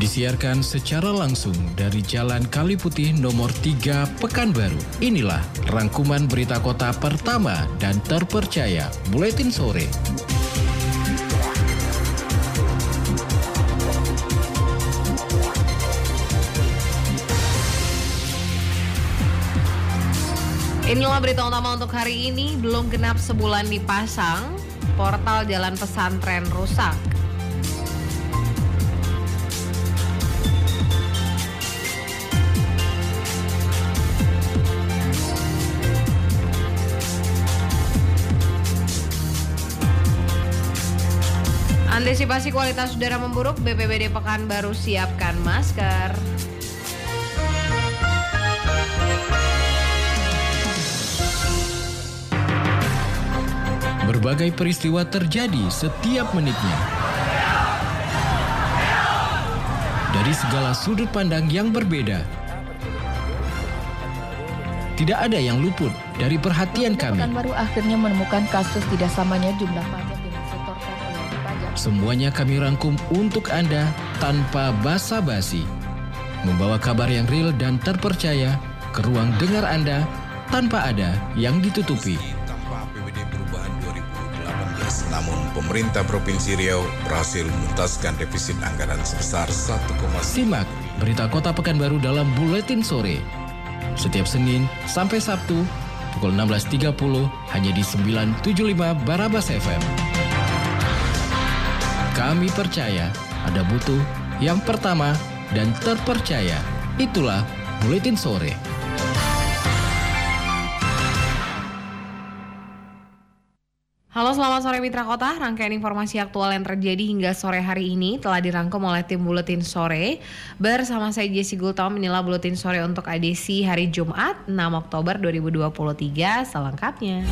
disiarkan secara langsung dari Jalan Kaliputih nomor 3 Pekanbaru. Inilah rangkuman berita kota pertama dan terpercaya Buletin Sore. Inilah berita utama untuk hari ini. Belum genap sebulan dipasang, portal jalan pesantren rusak. Antisipasi kualitas udara memburuk, BPBD Pekanbaru siapkan masker. Berbagai peristiwa terjadi setiap menitnya. Dari segala sudut pandang yang berbeda. Tidak ada yang luput dari perhatian kami. Pekanbaru akhirnya menemukan kasus tidak samanya jumlah pajak yang disetorkan oleh pajak. Semuanya kami rangkum untuk Anda tanpa basa-basi. Membawa kabar yang real dan terpercaya ke ruang dengar Anda tanpa ada yang ditutupi. Namun pemerintah Provinsi Riau berhasil menuntaskan defisit anggaran sebesar 1,5. Simak berita Kota Pekanbaru dalam Buletin Sore. Setiap Senin sampai Sabtu pukul 16.30 hanya di 975 Barabas FM. Kami percaya Anda butuh yang pertama dan terpercaya. Itulah Buletin Sore. Halo, selamat sore Mitra Kota. Rangkaian informasi aktual yang terjadi hingga sore hari ini telah dirangkum oleh tim Buletin Sore. Bersama saya Jessi Gultom, inilah Buletin Sore untuk edisi hari Jumat 6 Oktober 2023 selengkapnya.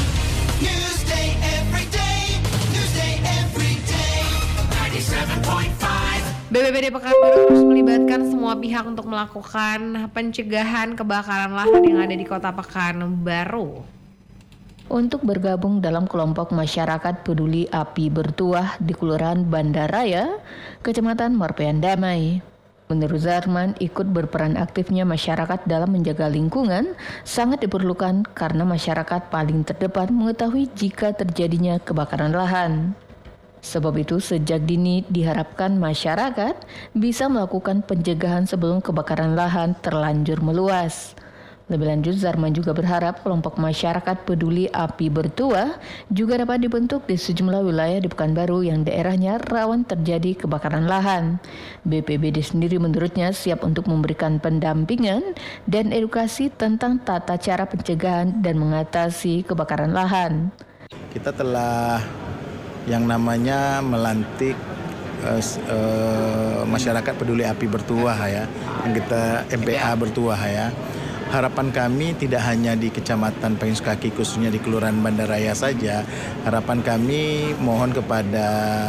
BPBD Pekanbaru terus melibatkan semua pihak untuk melakukan pencegahan kebakaran lahan yang ada di Kota Pekanbaru. Untuk bergabung dalam kelompok masyarakat peduli api bertuah di Kelurahan Bandaraya, Kecamatan Marpean Damai. Menurut Zarman, ikut berperan aktifnya masyarakat dalam menjaga lingkungan sangat diperlukan karena masyarakat paling terdepan mengetahui jika terjadinya kebakaran lahan. Sebab itu sejak dini diharapkan masyarakat bisa melakukan pencegahan sebelum kebakaran lahan terlanjur meluas. Lebih lanjut, Zarman juga berharap kelompok masyarakat peduli api bertuah juga dapat dibentuk di sejumlah wilayah di Pekanbaru yang daerahnya rawan terjadi kebakaran lahan. BPBD sendiri menurutnya siap untuk memberikan pendampingan dan edukasi tentang tata cara pencegahan dan mengatasi kebakaran lahan. Kita telah yang namanya melantik masyarakat peduli api bertuah ya, yang kita MPA bertuah ya. Harapan kami tidak hanya di Kecamatan Payung Sukaki khususnya di Kelurahan Bandaraya saja. Harapan kami mohon kepada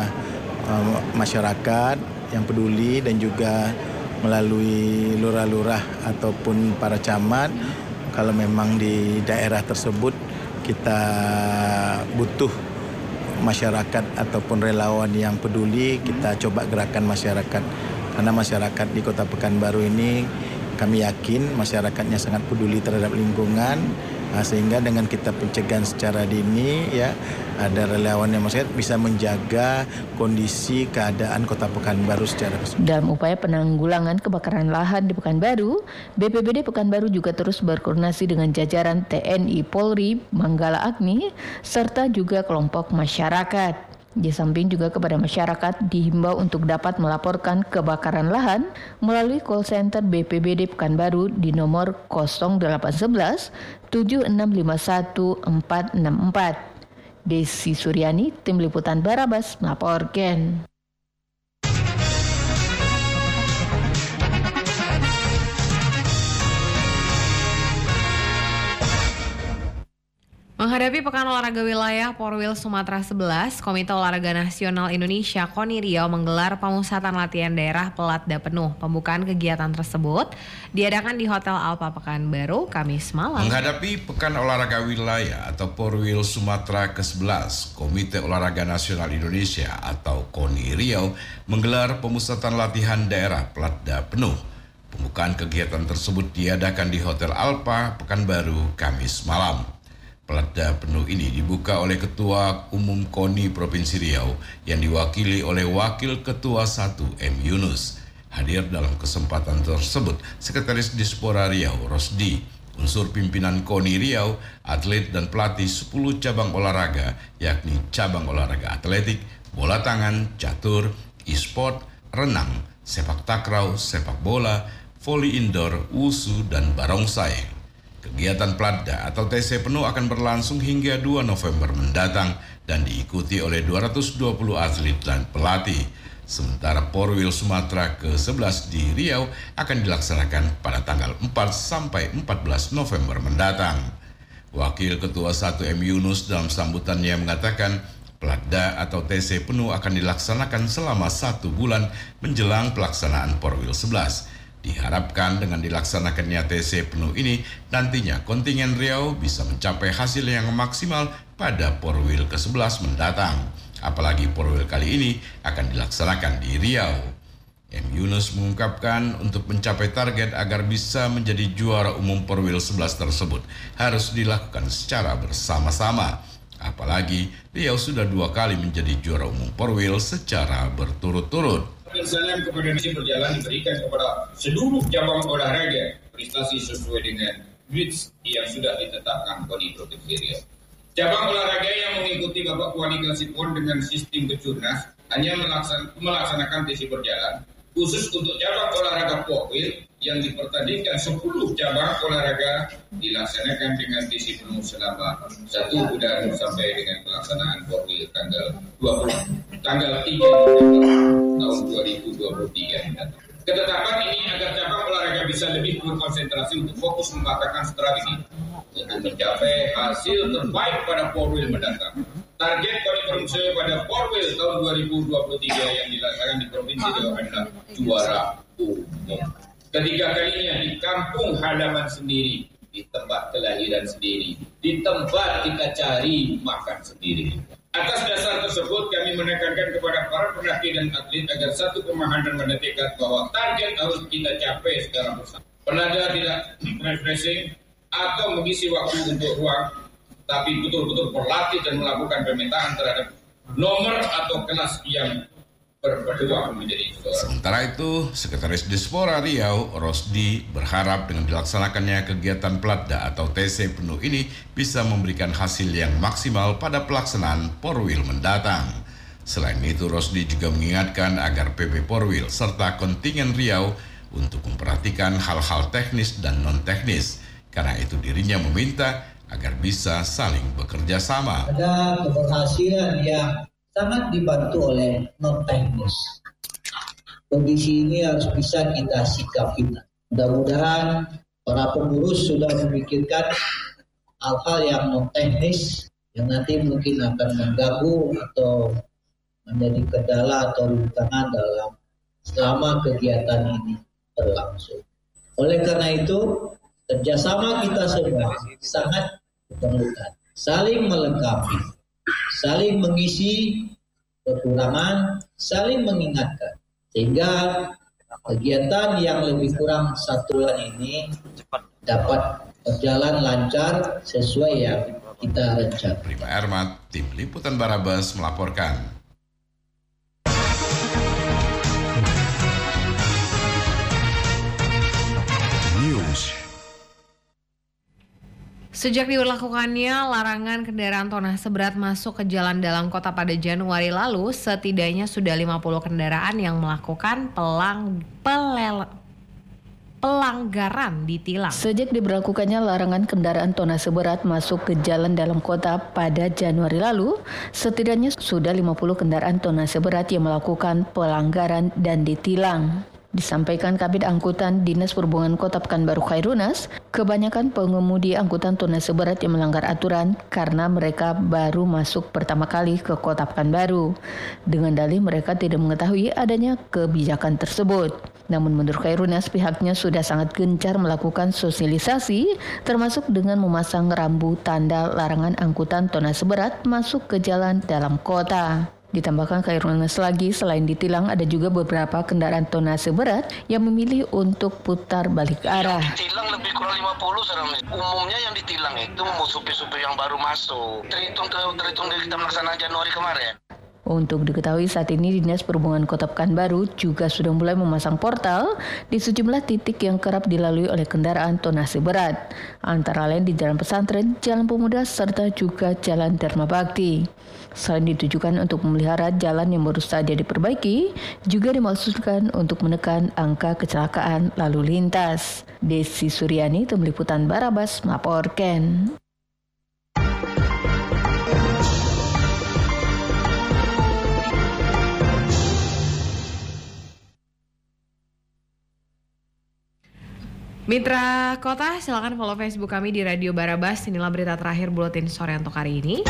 masyarakat yang peduli dan juga melalui lurah-lurah ataupun para camat, kalau memang di daerah tersebut kita butuh masyarakat ataupun relawan yang peduli, kita coba gerakan masyarakat. Karena masyarakat di Kota Pekanbaru ini kami yakin masyarakatnya sangat peduli terhadap lingkungan, sehingga dengan kita pencegahan secara dini ya, ada relawan yang masyarakat bisa menjaga kondisi keadaan Kota Pekanbaru secara keseluruhan. Dalam upaya penanggulangan kebakaran lahan di Pekanbaru, BPBD Pekanbaru juga terus berkoordinasi dengan jajaran TNI, Polri, Manggala Agni, serta juga kelompok masyarakat. Di samping juga kepada masyarakat dihimbau untuk dapat melaporkan kebakaran lahan melalui call center BPBD Pekanbaru di nomor 0811 7651 464. Desi Suryani, Tim Liputan Barabas melaporkan. Menghadapi Pekan Olahraga Wilayah Porwil Sumatera 11, Komite Olahraga Nasional Indonesia KONI Riau menggelar pemusatan latihan daerah Pelatda Penuh. Pembukaan kegiatan tersebut diadakan di Hotel Alpa Pekanbaru Kamis malam. Menghadapi Pekan Olahraga Wilayah atau Porwil Sumatera ke-11, Komite Olahraga Nasional Indonesia atau KONI Riau menggelar pemusatan latihan daerah Pelatda Penuh. Pembukaan kegiatan tersebut diadakan di Hotel Alpa Pekanbaru Kamis malam. Pelatda Penuh ini dibuka oleh Ketua Umum KONI Provinsi Riau yang diwakili oleh Wakil Ketua 1 M. Yunus. Hadir dalam kesempatan tersebut Sekretaris Dispora Riau Rosdi, unsur pimpinan KONI Riau, atlet dan pelatih 10 cabang olahraga yakni cabang olahraga atletik, bola tangan, catur, e-sport, renang, sepak takraw, sepak bola, voli indoor, wusu, dan barongsai. Kegiatan Pelatda atau TC Penuh akan berlangsung hingga 2 November mendatang dan diikuti oleh 220 atlet dan pelatih. Sementara Porwil Sumatera ke-11 di Riau akan dilaksanakan pada tanggal 4 sampai 14 November mendatang. Wakil Ketua 1 M. Yunus dalam sambutannya mengatakan Pelatda atau TC Penuh akan dilaksanakan selama 1 bulan menjelang pelaksanaan Porwil 11. Diharapkan dengan dilaksanakannya TC Penuh ini, nantinya kontingen Riau bisa mencapai hasil yang maksimal pada Porwil ke-11 mendatang. Apalagi Porwil kali ini akan dilaksanakan di Riau. M. Yunus mengungkapkan untuk mencapai target agar bisa menjadi juara umum Porwil 11 tersebut harus dilakukan secara bersama-sama. Apalagi Riau sudah 2 kali menjadi juara umum Porwil secara berturut-turut. Salam kepada nasi berjalan diberikan kepada seluruh cabang olahraga prestasi sesuai dengan WITS yang sudah ditetapkan KONI Provinsi Riau. Cabang olahraga yang mengikuti babak kualifikasi PON dengan sistem kejurnas hanya melaksanakan TC berjalan. Khusus untuk cabang olahraga Porwil yang dipertandingkan 10 cabang olahraga dilaksanakan dengan TC penuh selama 1 bulan sampai dengan pelaksanaan Porwil tanggal 3 November tahun 2023 mendatang. Ketetapan ini agar cabang olahraga bisa lebih berkonsentrasi untuk fokus mematangkan strategi untuk mencapai hasil terbaik pada Porwil mendatang. Target KONI Provinsi pada Porwil tahun 2023 yang dilaksanakan di Provinsi Riau adalah juara umum. Ketiga kalinya di kampung halaman sendiri, di tempat kelahiran sendiri, di tempat kita cari makan sendiri. Atas dasar tersebut kami menekankan kepada para pelatih dan atlet agar satu pemahaman dan tekad bahwa target harus kita capai secara bersama. Pelatih tidak refreshing atau mengisi waktu untuk ruang, tapi betul-betul berlatih dan melakukan pemetaan terhadap nomor atau kelas yang berpeluang menjadi juara. Sementara itu, Sekretaris Dispora Riau, Rosdi, berharap dengan dilaksanakannya kegiatan Pelatda atau TC Penuh ini bisa memberikan hasil yang maksimal pada pelaksanaan Porwil mendatang. Selain itu, Rosdi juga mengingatkan agar PB Porwil serta kontingen Riau untuk memperhatikan hal-hal teknis dan non-teknis. Karena itu dirinya meminta agar bisa saling bekerja sama. Ada keberhasilan yang sangat dibantu oleh non-teknis. Kondisi ini harus bisa kita sikapi. Mudah-mudahan para pengurus sudah memikirkan hal-hal yang non-teknis yang nanti mungkin akan mengganggu atau menjadi kendala atau rintangan dalam selama kegiatan ini berlangsung. Oleh karena itu, kerjasama kita semua sangat diperlukan. Saling melengkapi, saling mengisi kekurangan, saling mengingatkan. Sehingga kegiatan yang lebih kurang 1 bulan ini dapat berjalan lancar sesuai yang kita rencanakan. Prima Ermat, Tim Liputan Barabas melaporkan. News. Sejak diberlakukannya larangan kendaraan tona seberat masuk ke jalan dalam kota pada Januari lalu, setidaknya sudah 50 kendaraan yang melakukan pelanggaran ditilang. Sejak diberlakukannya larangan kendaraan tona seberat masuk ke jalan dalam kota pada Januari lalu, setidaknya sudah 50 kendaraan tona seberat yang melakukan pelanggaran dan ditilang. Disampaikan Kabid Angkutan Dinas Perhubungan Kota Pekanbaru Khairunas, kebanyakan pengemudi angkutan tonnase berat yang melanggar aturan karena mereka baru masuk pertama kali ke Kota Pekanbaru. Dengan dalih mereka tidak mengetahui adanya kebijakan tersebut. Namun menurut Khairunas, pihaknya sudah sangat gencar melakukan sosialisasi, termasuk dengan memasang rambu tanda larangan angkutan tonnase berat masuk ke jalan dalam kota. Ditambahkan Khairunas lagi, selain ditilang ada juga beberapa kendaraan tonnase berat yang memilih untuk putar balik arah. Yang ditilang lebih kurang 50 sekarang. Umumnya yang ditilang itu supir-supir yang baru masuk. Terhitung dari kita melaksanakan Januari kemarin. Untuk diketahui saat ini Dinas Perhubungan Kota Pekanbaru juga sudah mulai memasang portal di sejumlah titik yang kerap dilalui oleh kendaraan tonnase berat, antara lain di Jalan Pesantren, Jalan Pemuda, serta juga Jalan Dharma Bakti. Selain ditujukan untuk memelihara jalan yang baru saja diperbaiki, juga dimaksudkan untuk menekan angka kecelakaan lalu lintas. Desi Suryani, Tim Liputan Barabas, melaporkan. Mitra Kota, silakan follow Facebook kami di Radio Barabas. Inilah berita terakhir Buletin Sore untuk hari ini.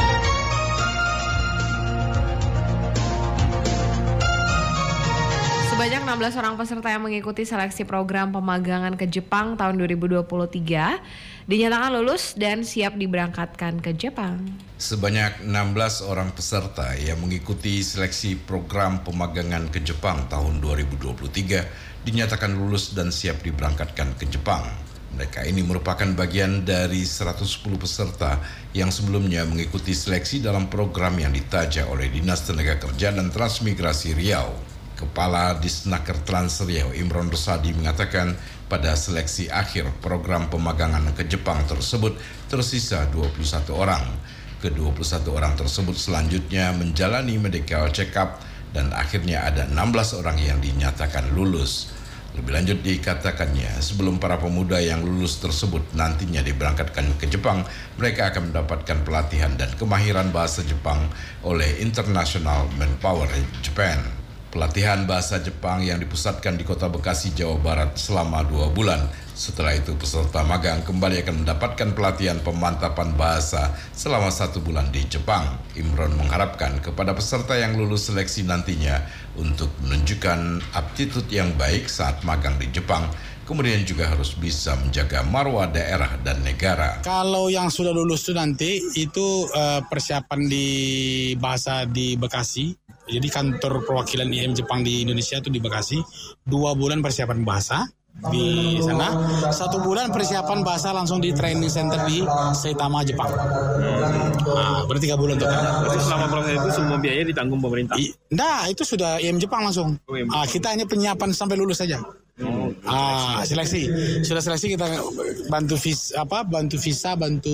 Sebanyak 16 orang peserta yang mengikuti seleksi program pemagangan ke Jepang tahun 2023 dinyatakan lulus dan siap diberangkatkan ke Jepang. Sebanyak 16 orang peserta yang mengikuti seleksi program pemagangan ke Jepang tahun 2023 dinyatakan lulus dan siap diberangkatkan ke Jepang. Mereka ini merupakan bagian dari 110 peserta yang sebelumnya mengikuti seleksi dalam program yang ditaja oleh Dinas Tenaga Kerja dan Transmigrasi Riau. Kepala Disnaker Trans Riau Imron Rosadi mengatakan pada seleksi akhir program pemagangan ke Jepang tersebut tersisa 21 orang. Ke-21 orang tersebut selanjutnya menjalani medical check-up dan akhirnya ada 16 orang yang dinyatakan lulus. Lebih lanjut dikatakannya, sebelum para pemuda yang lulus tersebut nantinya diberangkatkan ke Jepang, mereka akan mendapatkan pelatihan dan kemahiran bahasa Jepang oleh International Manpower Japan. Pelatihan bahasa Jepang yang dipusatkan di Kota Bekasi, Jawa Barat selama 2 bulan. Setelah itu peserta magang kembali akan mendapatkan pelatihan pemantapan bahasa selama 1 bulan di Jepang. Imron mengharapkan kepada peserta yang lulus seleksi nantinya untuk menunjukkan aptitude yang baik saat magang di Jepang. Kemudian juga harus bisa menjaga marwah daerah dan negara. Kalau yang sudah lulus itu nanti itu persiapan di bahasa di Bekasi. Jadi kantor perwakilan IM Jepang di Indonesia itu di Bekasi. 2 bulan persiapan bahasa di sana. 1 bulan persiapan bahasa langsung di training center di Saitama, Jepang. Nah, berarti 3 bulan total. Selama proses itu semua biaya ditanggung pemerintah? Nah, itu sudah IM Jepang langsung. Kita hanya penyiapan sampai lulus saja. Seleksi. Sudah seleksi kita bantu visa, bantu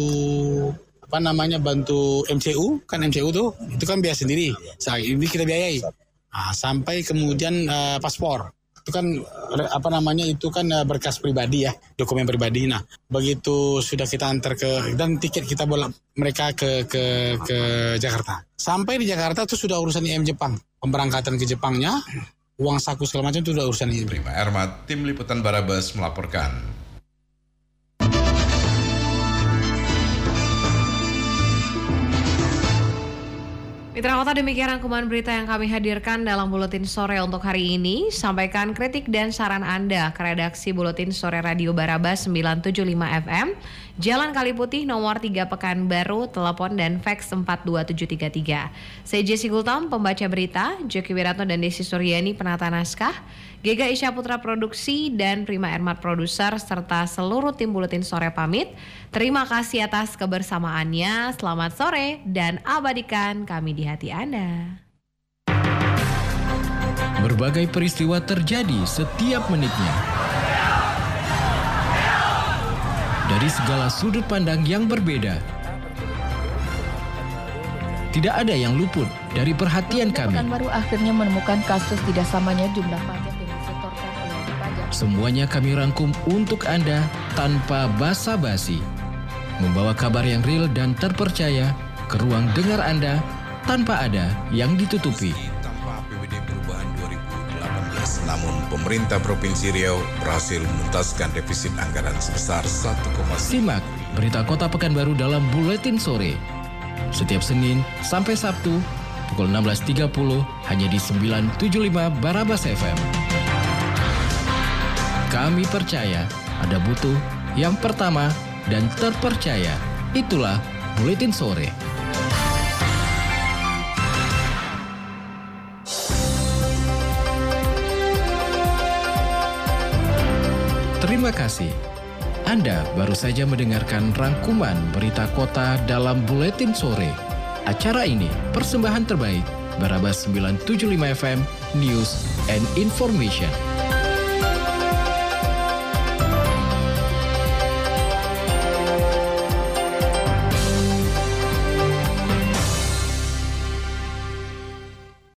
MCU, kan MCU tuh itu kan biaya sendiri. Ini kita biayai. Sampai kemudian paspor. Itu kan itu kan berkas pribadi ya, dokumen pribadi. Nah, begitu sudah kita antar dan tiket kita bolak mereka ke Jakarta. Sampai di Jakarta itu sudah urusan IM Jepang. Pemberangkatan ke Jepangnya, uang saku segala macam itu sudah urusan IM. Prima Ermat, Tim Liputan Barabas melaporkan. Mitra Kota, demikian rangkuman berita yang kami hadirkan dalam Buletin Sore untuk hari ini. Sampaikan kritik dan saran Anda ke redaksi Buletin Sore Radio Barabas 975 FM, Jalan Kaliputih nomor 3 Pekanbaru, telepon dan fax 42733. Saya Jessi Gultom, pembaca berita, Joki Wiratno dan Desi Suryani penata naskah, Gega Isya Putra produksi, dan Prima Ermat produser, serta seluruh tim Buletin Sore pamit. Terima kasih atas kebersamaannya. Selamat sore dan abadikan kami di hati Anda. Berbagai peristiwa terjadi setiap menitnya. Dari segala sudut pandang yang berbeda. Tidak ada yang luput dari perhatian kami. Pekanbaru akhirnya menemukan kasus tidak samanya jumlah pajak yang disetorkan oleh wajib pajak. Semuanya kami rangkum untuk Anda tanpa basa-basi. Membawa kabar yang real dan terpercaya ke ruang dengar Anda tanpa ada yang ditutupi. Tanpa APBD perubahan 2018, namun pemerintah Provinsi Riau berhasil menuntaskan defisit anggaran sebesar 1,5. Simak berita Kota Pekanbaru dalam Buletin Sore. Setiap Senin sampai Sabtu pukul 16.30 hanya di 975 Barabas FM. Kami percaya ada butuh yang pertama dan terpercaya. Itulah Buletin Sore. Terima kasih. Anda baru saja mendengarkan rangkuman berita kota dalam Buletin Sore. Acara ini persembahan terbaik Barabas 975 FM News and Information.